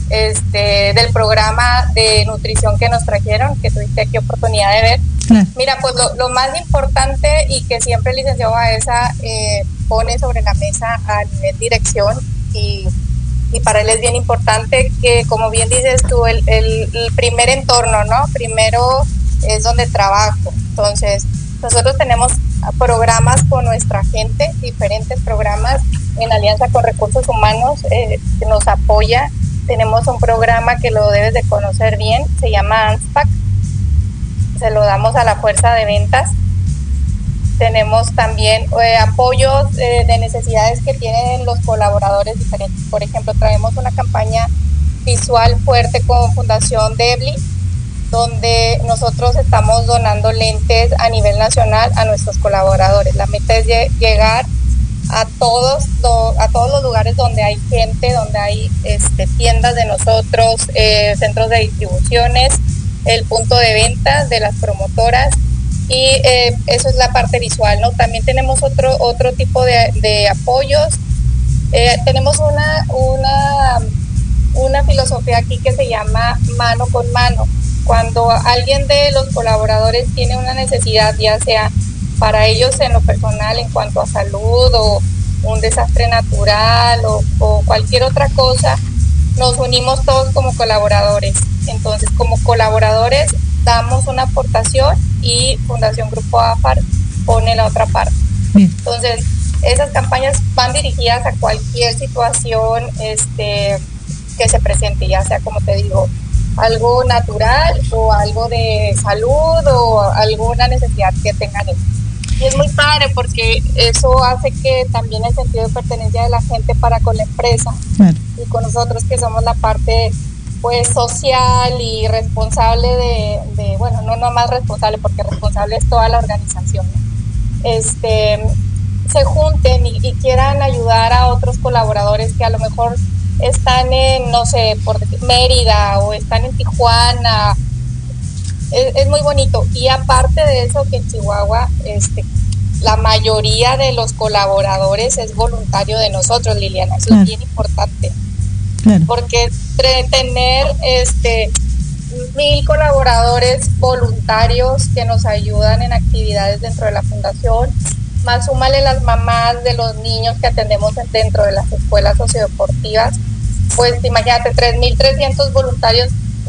Este, del programa de nutrición que nos trajeron, que tuviste aquí oportunidad de ver. Claro. Mira, pues lo, lo más importante y que siempre el licenciado Baeza eh, pone sobre la mesa a nivel dirección, y, y para él es bien importante que, como bien dices tú, el, el, el primer entorno, ¿no? Primero es donde trabajo. Entonces, nosotros tenemos programas con nuestra gente, diferentes programas en alianza con Recursos Humanos, eh, que nos apoya. Tenemos un programa que lo debes de conocer bien, se llama ANSPAC, se lo damos a la fuerza de ventas. Tenemos también eh, apoyos eh, de necesidades que tienen los colaboradores diferentes. Por ejemplo, traemos una campaña visual fuerte con Fundación Debli, donde nosotros estamos donando lentes a nivel nacional a nuestros colaboradores. La meta es llegar a todos, a todos los lugares donde hay gente, donde hay este, tiendas de nosotros, eh, centros de distribuciones, el punto de venta de las promotoras, y eh, eso es la parte visual, ¿no? También tenemos otro, otro tipo de, de apoyos. Eh, tenemos una, una, una filosofía aquí que se llama mano con mano. Cuando alguien de los colaboradores tiene una necesidad, ya sea para ellos en lo personal en cuanto a salud o un desastre natural o, o cualquier otra cosa, nos unimos todos como colaboradores. Entonces, como colaboradores damos una aportación y Fundación Grupo AFAR pone la otra parte. Entonces, esas campañas van dirigidas a cualquier situación este, que se presente, ya sea, como te digo, algo natural o algo de salud o alguna necesidad que tengan ellos. Y es muy padre porque eso hace que también el sentido de pertenencia de la gente para con la empresa, claro, y con nosotros que somos la parte pues social y responsable de, de bueno, no nomás responsable, porque responsable es toda la organización, ¿no? Este, se junten y, y quieran ayudar a otros colaboradores que a lo mejor están en, no sé, por decir, Mérida o están en Tijuana. Es, es muy bonito. Y aparte de eso, que en Chihuahua este, la mayoría de los colaboradores es voluntario de nosotros, Liliana. Eso claro. es bien importante. Claro. Porque tener este mil colaboradores voluntarios que nos ayudan en actividades dentro de la fundación, más súmale las mamás de los niños que atendemos dentro de las escuelas sociodeportivas, pues imagínate, tres mil trescientos voluntarios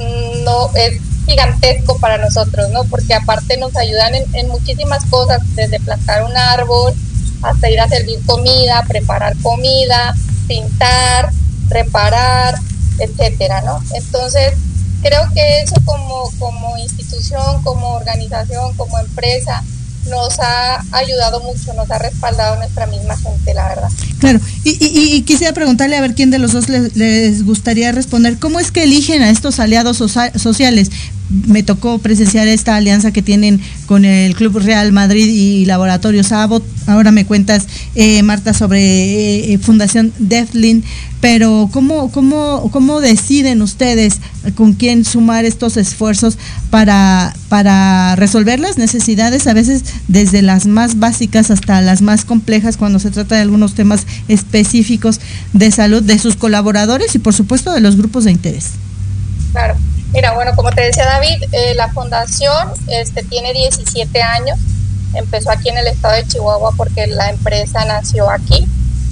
no es gigantesco para nosotros, ¿no? Porque aparte nos ayudan en, en muchísimas cosas, desde plantar un árbol hasta ir a servir comida, preparar comida, pintar, reparar, etcétera, ¿no? Entonces, creo que eso como, como institución, como organización, como empresa, nos ha ayudado mucho, nos ha respaldado nuestra misma gente, la verdad. Claro, y, y, y quisiera preguntarle a ver quién de los dos les, les gustaría responder, ¿cómo es que eligen a estos aliados socia- sociales? Me tocó presenciar esta alianza que tienen con el Club Real Madrid y Laboratorios Abbott. Ahora me cuentas, eh, Marta, sobre eh, Fundación Deaflin, pero ¿cómo, cómo, cómo deciden ustedes con quién sumar estos esfuerzos para, para resolver las necesidades, a veces desde las más básicas hasta las más complejas, cuando se trata de algunos temas específicos de salud de sus colaboradores y por supuesto de los grupos de interés? Claro. Mira, bueno, como te decía David, eh, la fundación este, tiene diecisiete años, empezó aquí en el estado de Chihuahua porque la empresa nació aquí.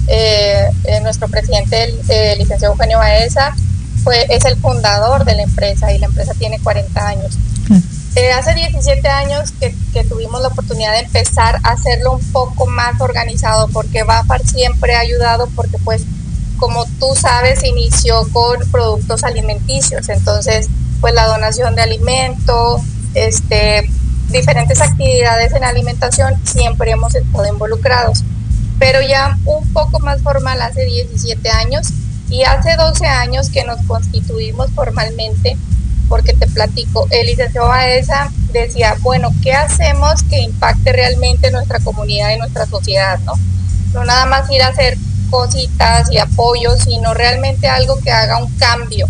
Eh, eh, nuestro presidente, el eh, licenciado Eugenio Baeza, fue, es el fundador de la empresa y la empresa tiene cuarenta años. Eh, hace diecisiete años que, que tuvimos la oportunidad de empezar a hacerlo un poco más organizado, porque BAFAR siempre ha ayudado, porque pues como tú sabes inició con productos alimenticios, entonces pues la donación de alimento, este, diferentes actividades en alimentación, siempre hemos estado involucrados. Pero ya un poco más formal hace diecisiete años y hace doce años que nos constituimos formalmente, porque te platico, el licenciado Baeza decía, bueno, ¿qué hacemos que impacte realmente nuestra comunidad y nuestra sociedad, no? No nada más ir a hacer cositas y apoyos, sino realmente algo que haga un cambio.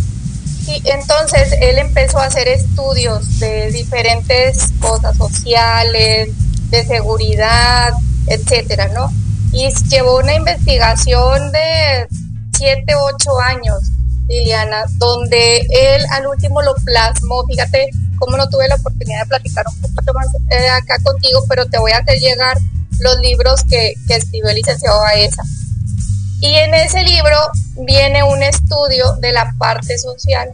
Y entonces él empezó a hacer estudios de diferentes cosas sociales, de seguridad, etcétera, ¿no? Y llevó una investigación de siete, ocho años, Liliana, donde él al último lo plasmó. Fíjate cómo no tuve la oportunidad de platicar un poquito más eh, acá contigo, pero te voy a hacer llegar los libros que, que escribió el licenciado Baeza. Y en ese libro viene un estudio de la parte social.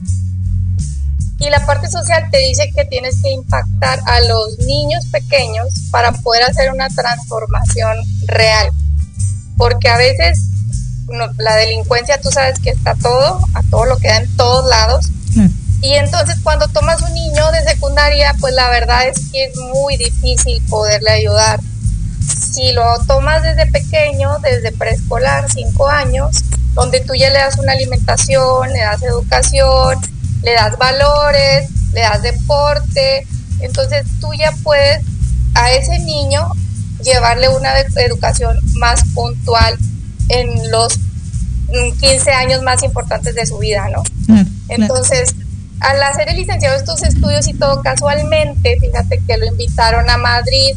Y la parte social te dice que tienes que impactar a los niños pequeños para poder hacer una transformación real. Porque a veces no, la delincuencia, tú sabes que está todo, a todo lo que da en todos lados. Mm. Y entonces cuando tomas un niño de secundaria, pues la verdad es que es muy difícil poderle ayudar. Si lo tomas desde pequeño, desde preescolar, cinco años, donde tú ya le das una alimentación, le das educación, le das valores, le das deporte, entonces tú ya puedes a ese niño llevarle una educación más puntual en los quince años más importantes de su vida, ¿no? Claro, entonces, claro. Al hacer el licenciado estos estudios y todo, casualmente, fíjate que lo invitaron a Madrid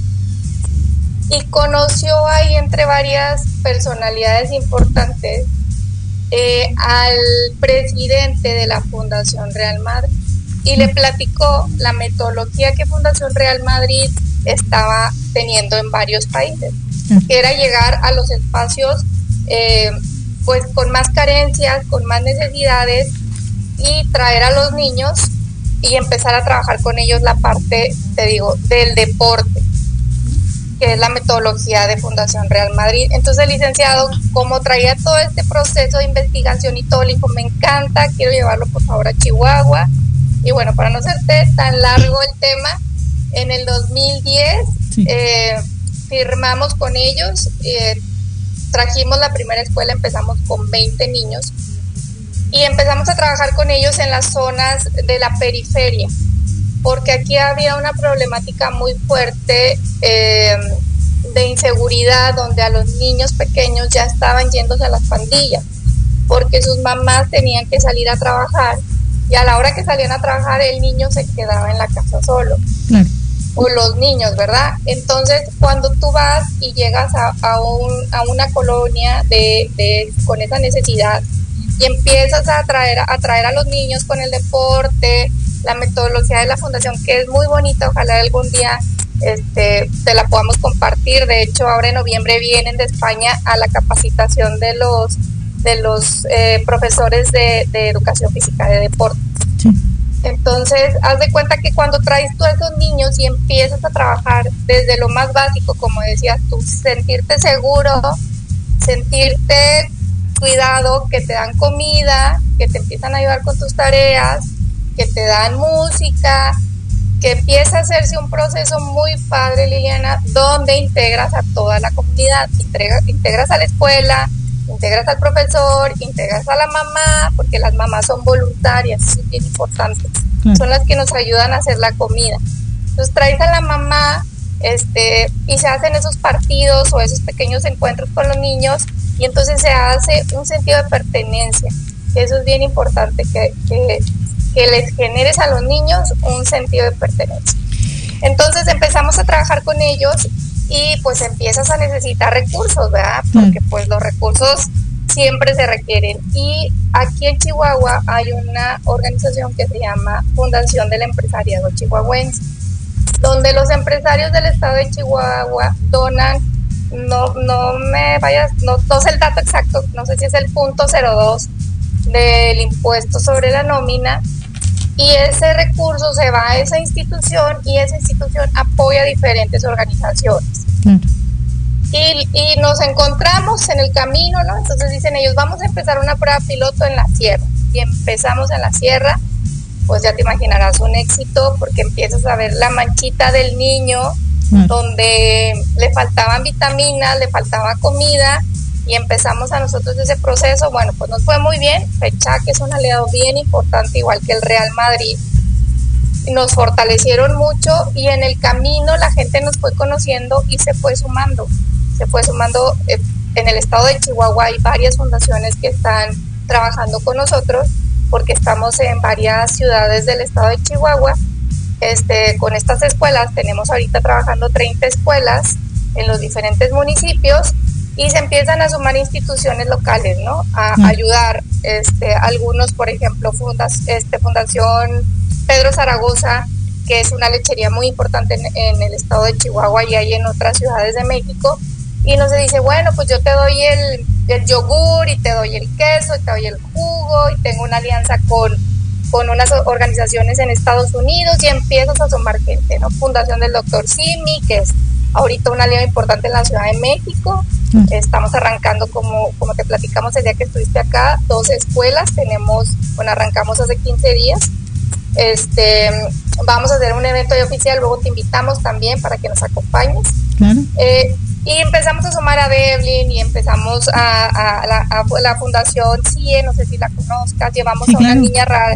y conoció ahí entre varias personalidades importantes eh, al presidente de la Fundación Real Madrid y le platicó la metodología que Fundación Real Madrid estaba teniendo en varios países, que era llegar a los espacios eh, pues con más carencias, con más necesidades y traer a los niños y empezar a trabajar con ellos la parte, te digo, del deporte, que es la metodología de Fundación Real Madrid. Entonces el licenciado, como traía todo este proceso de investigación y todo, le dijo, me encanta, quiero llevarlo por favor a Chihuahua. Y bueno, para no hacerte tan largo el tema, en el dos mil diez sí. eh, firmamos con ellos, eh, trajimos la primera escuela, empezamos con veinte niños y empezamos a trabajar con ellos en las zonas de la periferia, porque aquí había una problemática muy fuerte eh, de inseguridad, donde a los niños pequeños ya estaban yéndose a las pandillas, porque sus mamás tenían que salir a trabajar y a la hora que salían a trabajar el niño se quedaba en la casa solo. Claro. O los niños, ¿verdad? Entonces, cuando tú vas y llegas a, a, un, a una colonia de, de, con esa necesidad y empiezas a atraer, a atraer a los niños con el deporte, la metodología de la fundación, que es muy bonita, ojalá algún día este, te la podamos compartir. De hecho, ahora en noviembre vienen de España a la capacitación de los, de los eh, profesores de, de educación física, de deporte. Sí. Entonces, haz de cuenta que cuando traes tú a esos niños y empiezas a trabajar desde lo más básico, como decías tú, sentirte seguro, sentirte cuidado, que te dan comida, que te empiezan a ayudar con tus tareas, que te dan música, que empieza a hacerse un proceso muy padre, Liliana, donde integras a toda la comunidad, integras, integras a la escuela, integras al profesor, integras a la mamá, porque las mamás son voluntarias, eso es bien importante, claro. Son las que nos ayudan a hacer la comida. Entonces traes a la mamá este, y se hacen esos partidos o esos pequeños encuentros con los niños y entonces se hace un sentido de pertenencia. Eso es bien importante, que, que, que les generes a los niños un sentido de pertenencia. Entonces empezamos a trabajar con ellos y pues empiezas a necesitar recursos, ¿verdad? Porque pues los recursos siempre se requieren. Y aquí en Chihuahua hay una organización que se llama Fundación del Empresariado Chihuahuense, donde los empresarios del estado de Chihuahua donan, no, no me vayas, no, no sé el dato exacto, no sé si es el punto cero dos del impuesto sobre la nómina, y ese recurso se va a esa institución y esa institución apoya a diferentes organizaciones. Mm. Y, y nos encontramos en el camino, ¿no? Entonces dicen ellos, vamos a empezar una prueba piloto en la sierra. Y empezamos en la sierra, pues ya te imaginarás un éxito, porque empiezas a ver la manchita del niño, mm. donde le faltaban vitaminas, le faltaba comida, y empezamos a nosotros ese proceso. Bueno, pues nos fue muy bien. Fecha, que es un aliado bien importante, igual que el Real Madrid, nos fortalecieron mucho y en el camino la gente nos fue conociendo y se fue sumando, se fue sumando. Eh, en el estado de Chihuahua hay varias fundaciones que están trabajando con nosotros, porque estamos en varias ciudades del estado de Chihuahua. Este, con estas escuelas, tenemos ahorita trabajando treinta escuelas en los diferentes municipios, y se empiezan a sumar instituciones locales, ¿no? A mm. ayudar, este, algunos, por ejemplo, fundas, este, Fundación Pedro Zaragoza, que es una lechería muy importante en, en el estado de Chihuahua y hay en otras ciudades de México, y nos dice, bueno, pues yo te doy el, el yogur y te doy el queso y te doy el jugo, y tengo una alianza con, con unas organizaciones en Estados Unidos, y empiezas a sumar gente, ¿no? Fundación del doctor Simi, que es ahorita una alianza importante en la Ciudad de México. Mm. Estamos arrancando, como, como te platicamos el día que estuviste acá, dos escuelas. Tenemos, bueno, arrancamos hace quince días. Este, vamos a hacer un evento de oficial, luego te invitamos también para que nos acompañes. Claro. Eh, y empezamos a sumar a Devlin y empezamos a, a, la, a la Fundación C I E, no sé si la conozcas. Llevamos sí, a una claro. niña rara,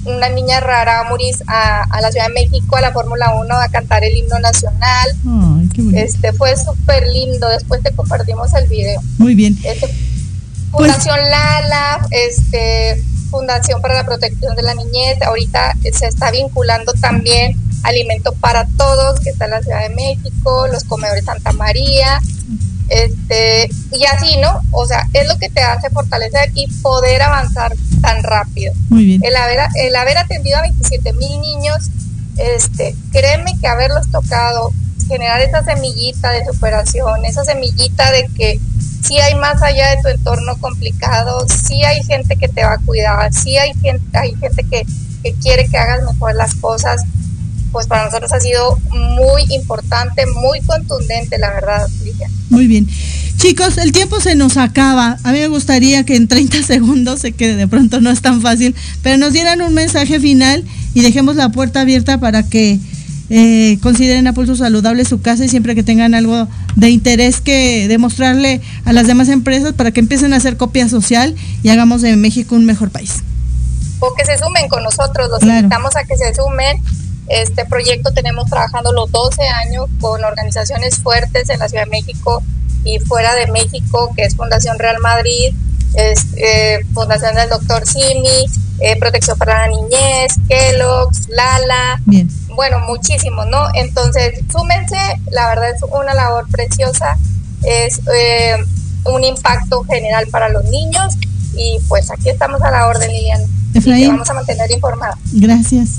una niña rara, Muris, a, a la Ciudad de México, a la Fórmula uno, a cantar el himno nacional. Ay, qué bonito. Este fue súper lindo. Después te compartimos el video. Muy bien. Este, Fundación pues, Lala, este, Fundación para la Protección de la Niñez. Ahorita se está vinculando también Alimento para Todos, que está en la Ciudad de México, los comedores Santa María. Este, y así, ¿no? O sea, es lo que te hace fortalecer y poder avanzar tan rápido. Muy bien. El haber, el haber atendido a veintisiete mil niños, este, créeme que haberlos tocado, generar esa semillita de superación, esa semillita de que sí hay más allá de tu entorno complicado, sí hay gente que te va a cuidar, sí hay gente, hay gente que, que quiere que hagas mejor las cosas. Pues para nosotros ha sido muy importante, muy contundente, la verdad, Lidia. Muy bien. Chicos, el tiempo se nos acaba. A mí me gustaría que en treinta segundos, sé que de pronto no es tan fácil, pero nos dieran un mensaje final y dejemos la puerta abierta para que eh, consideren a Pulso Saludable su casa y siempre que tengan algo de interés que demostrarle a las demás empresas para que empiecen a hacer copia social y hagamos de México un mejor país. O que se sumen con nosotros, los claro. invitamos a que se sumen. Este proyecto tenemos trabajando los doce años con organizaciones fuertes en la Ciudad de México y fuera de México, que es Fundación Real Madrid, es, eh, Fundación del Doctor Simi, eh, Protección para la Niñez, Kellogg's, Lala, Bien. Bueno, muchísimos, ¿no? Entonces, súmense, la verdad es una labor preciosa, es eh, un impacto general para los niños y pues aquí estamos a la orden, Liliana. Efraín. Y te vamos a mantener informada. Gracias.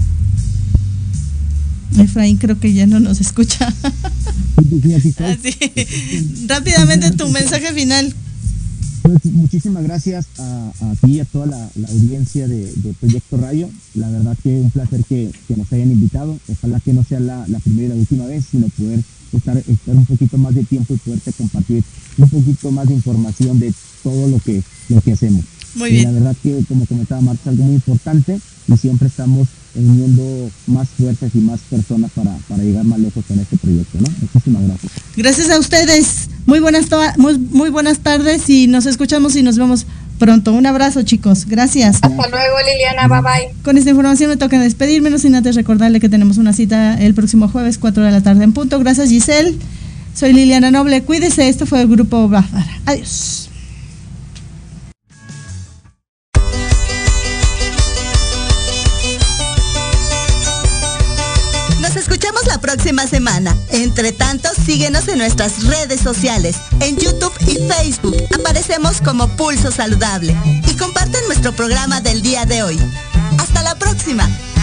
Efraín creo que ya no nos escucha. Así. Rápidamente tu mensaje final. Pues muchísimas gracias a, a ti y a toda la, la audiencia de, de Proyecto Radio. La verdad que es un placer que, que nos hayan invitado. Ojalá que no sea la, la primera y la última vez, sino poder estar, estar un poquito más de tiempo y poderte compartir un poquito más de información de todo lo que, lo que hacemos. Muy bien. Y la verdad que, como comentaba Marta, es algo muy importante y siempre estamos uniendo más fuerzas y más personas para, para llegar más lejos con este proyecto, ¿no? Muchísimas gracias. Gracias a ustedes. Muy buenas, muy, muy buenas tardes y nos escuchamos y nos vemos pronto. Un abrazo, chicos. Gracias. Hasta luego, Liliana. Bye bye. Con esta información me toca despedirme, no sin antes recordarle que tenemos una cita el próximo jueves, cuatro de la tarde en punto. Gracias, Giselle. Soy Liliana Noble. Cuídese. Esto fue el Grupo Bávara. Adiós. Nos escuchamos la próxima semana. Entre tanto, síguenos en nuestras redes sociales. En YouTube y Facebook aparecemos como Pulso Saludable. Y comparten nuestro programa del día de hoy. Hasta la próxima.